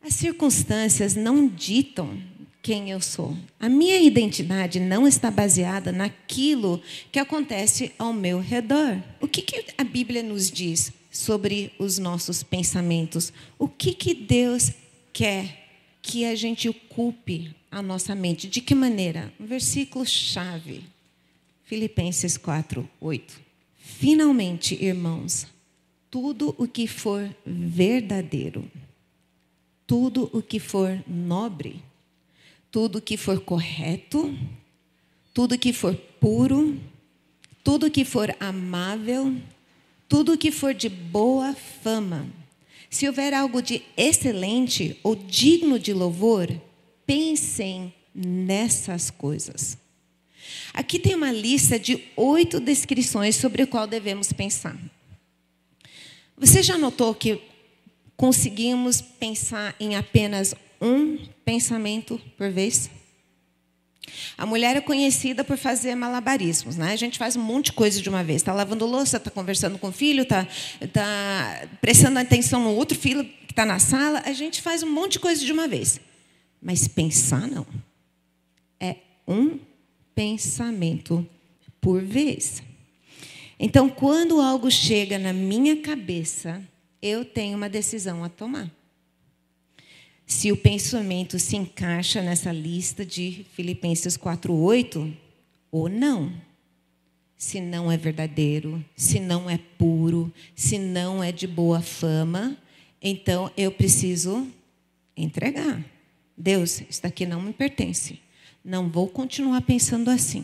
As circunstâncias não ditam quem eu sou. A minha identidade não está baseada naquilo que acontece ao meu redor. O que a Bíblia nos diz sobre os nossos pensamentos? O que Deus quer que a gente ocupe a nossa mente? De que maneira? Um versículo-chave. Filipenses 4:8. Finalmente, irmãos, tudo o que for verdadeiro, tudo o que for nobre, tudo o que for correto, tudo o que for puro, tudo o que for amável, tudo o que for de boa fama, se houver algo de excelente ou digno de louvor, pensem nessas coisas. Aqui tem uma lista de 8 descrições sobre o qual devemos pensar. Você já notou que conseguimos pensar em apenas um pensamento por vez? A mulher é conhecida por fazer malabarismos, né? A gente faz um monte de coisa de uma vez. Está lavando louça, está conversando com o filho, está prestando atenção no outro filho que está na sala. A gente faz um monte de coisa de uma vez. Mas pensar, não. É um pensamento por vez. Então, quando algo chega na minha cabeça, eu tenho uma decisão a tomar. Se o pensamento se encaixa nessa lista de Filipenses 4:8 ou não. Se não é verdadeiro, se não é puro, se não é de boa fama, então eu preciso entregar. Deus, isso daqui não me pertence. Não vou continuar pensando assim.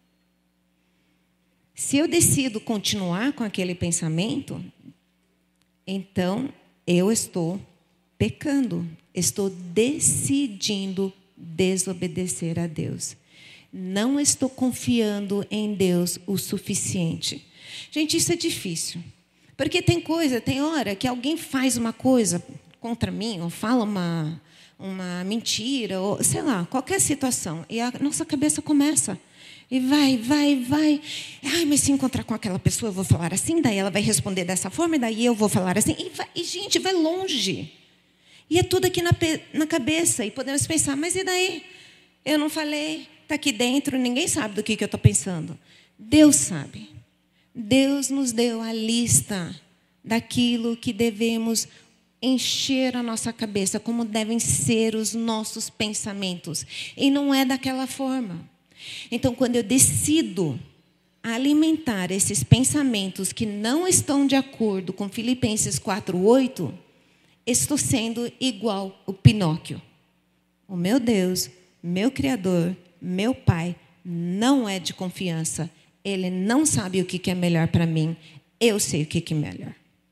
Se eu decido continuar com aquele pensamento, então eu estou pecando. Estou decidindo desobedecer a Deus. Não estou confiando em Deus o suficiente. Gente, isso é difícil. Porque tem hora que alguém faz uma coisa contra mim, ou fala uma mentira, ou sei lá, qualquer situação. E a nossa cabeça começa. E vai. Ai, mas se encontrar com aquela pessoa, eu vou falar assim, daí ela vai responder dessa forma, e daí eu vou falar assim. E gente, vai longe. E é tudo aqui na cabeça. E podemos pensar, mas e daí? Eu não falei, está aqui dentro, ninguém sabe do que eu estou pensando. Deus sabe. Deus nos deu a lista daquilo que devemos encher a nossa cabeça, como devem ser os nossos pensamentos. E não é daquela forma. Então, quando eu decido alimentar esses pensamentos que não estão de acordo com Filipenses 4:8, estou sendo igual o Pinóquio. O meu Deus, meu Criador, meu Pai, não é de confiança. Ele não sabe o que é melhor para mim. Eu sei o que é melhor.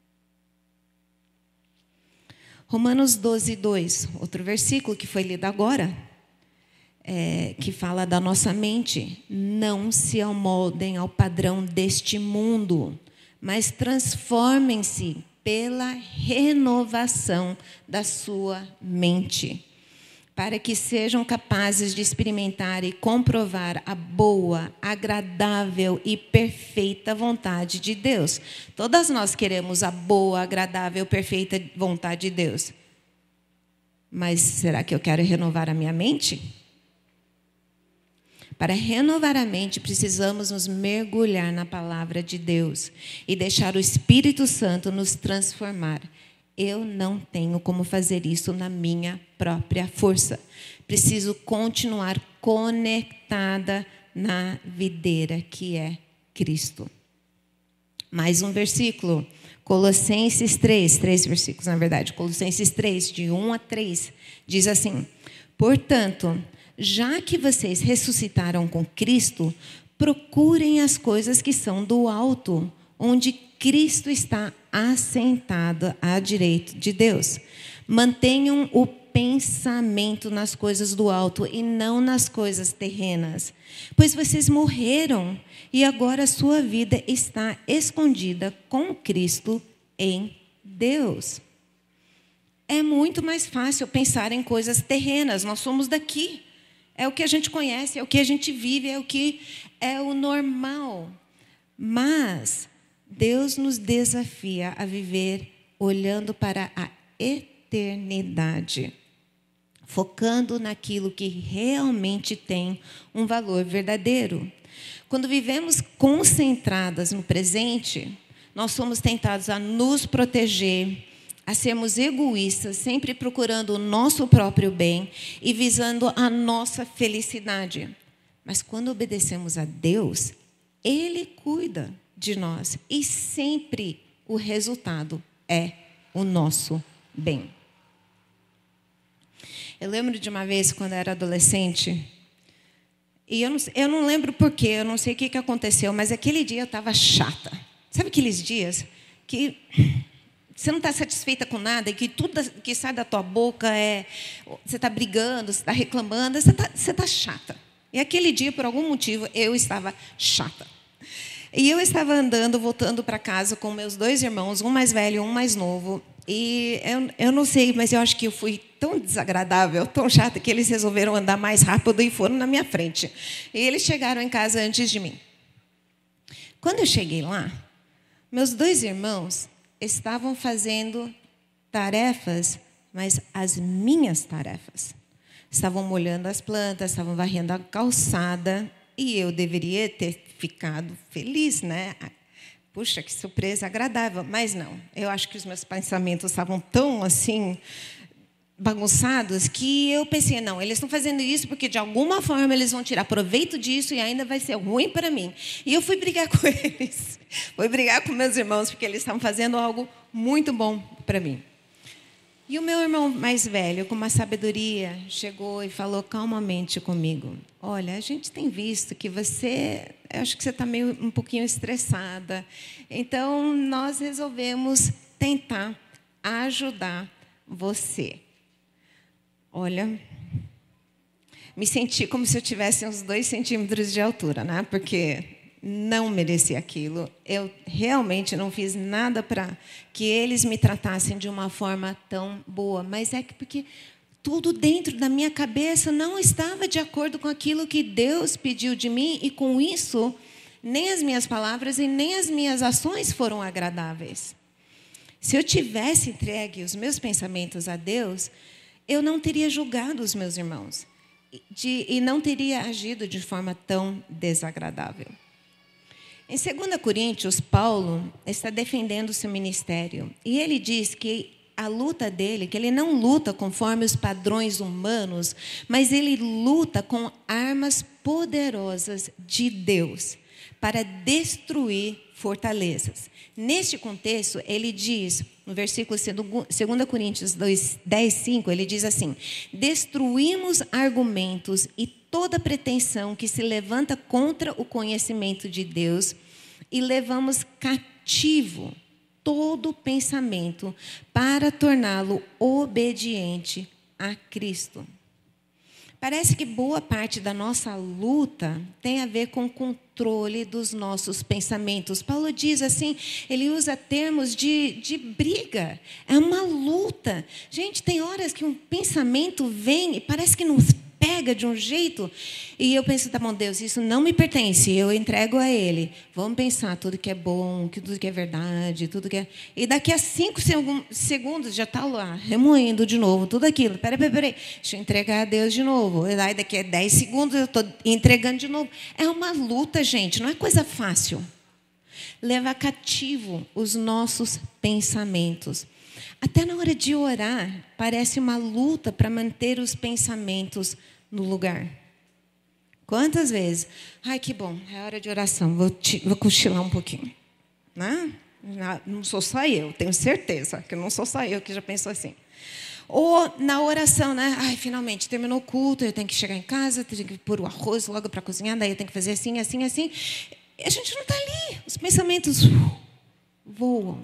Romanos 12:2, outro versículo que foi lido agora, que fala da nossa mente. Não se amoldem ao padrão deste mundo, mas transformem-se pela renovação da sua mente, para que sejam capazes de experimentar e comprovar a boa, agradável e perfeita vontade de Deus. Todas nós queremos a boa, agradável, perfeita vontade de Deus. Mas será que eu quero renovar a minha mente? Para renovar a mente, precisamos nos mergulhar na palavra de Deus e deixar o Espírito Santo nos transformar. Eu não tenho como fazer isso na minha própria força. Preciso continuar conectada na videira que é Cristo. Mais um versículo, Colossenses 3 versículos, na verdade. Colossenses 3, de 1-3, diz assim: portanto, já que vocês ressuscitaram com Cristo, procurem as coisas que são do alto, onde Cristo está assentado à direita de Deus. Mantenham o pensamento nas coisas do alto e não nas coisas terrenas, pois vocês morreram e agora a sua vida está escondida com Cristo em Deus. É muito mais fácil pensar em coisas terrenas. Nós somos daqui. É o que a gente conhece, é o que a gente vive, é o que é o normal. Mas Deus nos desafia a viver olhando para a eternidade. eternidade, focando naquilo que realmente tem um valor verdadeiro. Quando vivemos concentradas no presente, nós somos tentados a nos proteger, a sermos egoístas, sempre procurando o nosso próprio bem e visando a nossa felicidade. Mas quando obedecemos a Deus, Ele cuida de nós e sempre o resultado é o nosso bem. Eu lembro de uma vez, quando eu era adolescente, e eu não lembro porquê, eu não sei o que aconteceu, mas aquele dia eu estava chata. Sabe aqueles dias que você não está satisfeita com nada e que tudo que sai da tua boca você está brigando, você está reclamando, você está chata. E aquele dia, por algum motivo, eu estava chata. E eu estava andando, voltando para casa com meus 2 irmãos, um mais velho e um mais novo. E eu não sei, mas eu acho que eu fui tão desagradável, tão chata, que eles resolveram andar mais rápido e foram na minha frente. E eles chegaram em casa antes de mim. Quando eu cheguei lá, meus 2 irmãos estavam fazendo tarefas, mas as minhas tarefas. Estavam molhando as plantas, estavam varrendo a calçada, e eu deveria ter ficado feliz, né? Puxa, que surpresa agradável. Mas não, eu acho que os meus pensamentos estavam tão assim bagunçados que eu pensei, não, eles estão fazendo isso porque de alguma forma eles vão tirar proveito disso e ainda vai ser ruim para mim. E eu fui brigar com eles, fui brigar com meus irmãos porque eles estavam fazendo algo muito bom para mim. E o meu irmão mais velho, com uma sabedoria, chegou e falou calmamente comigo: olha, a gente tem visto que eu acho que você está meio um pouquinho estressada. Então, nós resolvemos tentar ajudar você. Olha, me senti como se eu tivesse uns 2 centímetros de altura, né? Porque não mereci aquilo. Eu realmente não fiz nada para que eles me tratassem de uma forma tão boa. Mas é porque tudo dentro da minha cabeça não estava de acordo com aquilo que Deus pediu de mim. E com isso, nem as minhas palavras e nem as minhas ações foram agradáveis. Se eu tivesse entregue os meus pensamentos a Deus, eu não teria julgado os meus irmãos. E não teria agido de forma tão desagradável. Em 2 Coríntios, Paulo está defendendo o seu ministério. E ele diz que a luta dele, que ele não luta conforme os padrões humanos, mas ele luta com armas poderosas de Deus para destruir fortalezas. Neste contexto, ele diz, no versículo 2 Coríntios 10, 5, ele diz assim: destruímos argumentos e toda pretensão que se levanta contra o conhecimento de Deus e levamos cativo todo pensamento para torná-lo obediente a Cristo. Parece que boa parte da nossa luta tem a ver com o controle dos nossos pensamentos. Paulo diz assim, ele usa termos de briga. É uma luta. Gente, tem horas que um pensamento vem e parece que nos pega de um jeito. E eu penso, tá bom, Deus, isso não me pertence, eu entrego a Ele. Vamos pensar tudo que é bom, tudo que é verdade, tudo que é... E daqui a 5 segundos já está lá, remoendo de novo tudo aquilo. Peraí, deixa eu entregar a Deus de novo. E daí daqui a 10 segundos eu estou entregando de novo. É uma luta, gente, não é coisa fácil. Leva cativo os nossos pensamentos. Até na hora de orar, parece uma luta para manter os pensamentos no lugar. Quantas vezes? Ai, que bom, é hora de oração, vou cochilar um pouquinho. Né? Não sou só eu, tenho certeza que não sou só eu que já pensou assim. Ou na oração, né? Ai, finalmente, terminou o culto, eu tenho que chegar em casa, tenho que pôr o arroz logo para cozinhar, daí eu tenho que fazer assim, assim, assim. E a gente não está ali, os pensamentos voam.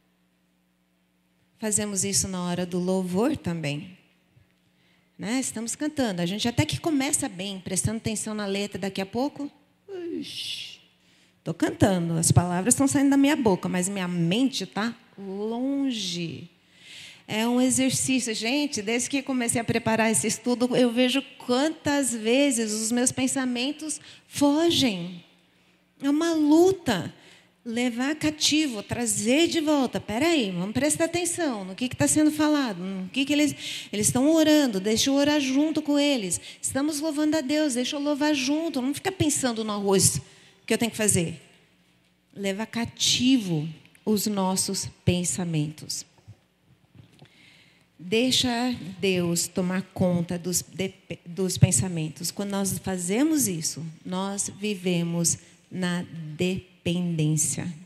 Fazemos isso na hora do louvor também. Né? Estamos cantando. A gente até que começa bem, prestando atenção na letra. Daqui a pouco, estou cantando. As palavras estão saindo da minha boca, mas minha mente está longe. É um exercício. Gente, desde que comecei a preparar esse estudo, eu vejo quantas vezes os meus pensamentos fogem. É uma luta. Levar cativo, trazer de volta. Espera aí, vamos prestar atenção no que está sendo falado, no que eles estão orando, deixa eu orar junto com eles. Estamos louvando a Deus, deixa eu louvar junto. Não fica pensando no arroz que eu tenho que fazer. Levar cativo os nossos pensamentos. Deixa Deus tomar conta dos pensamentos. Quando nós fazemos isso, nós vivemos na dependência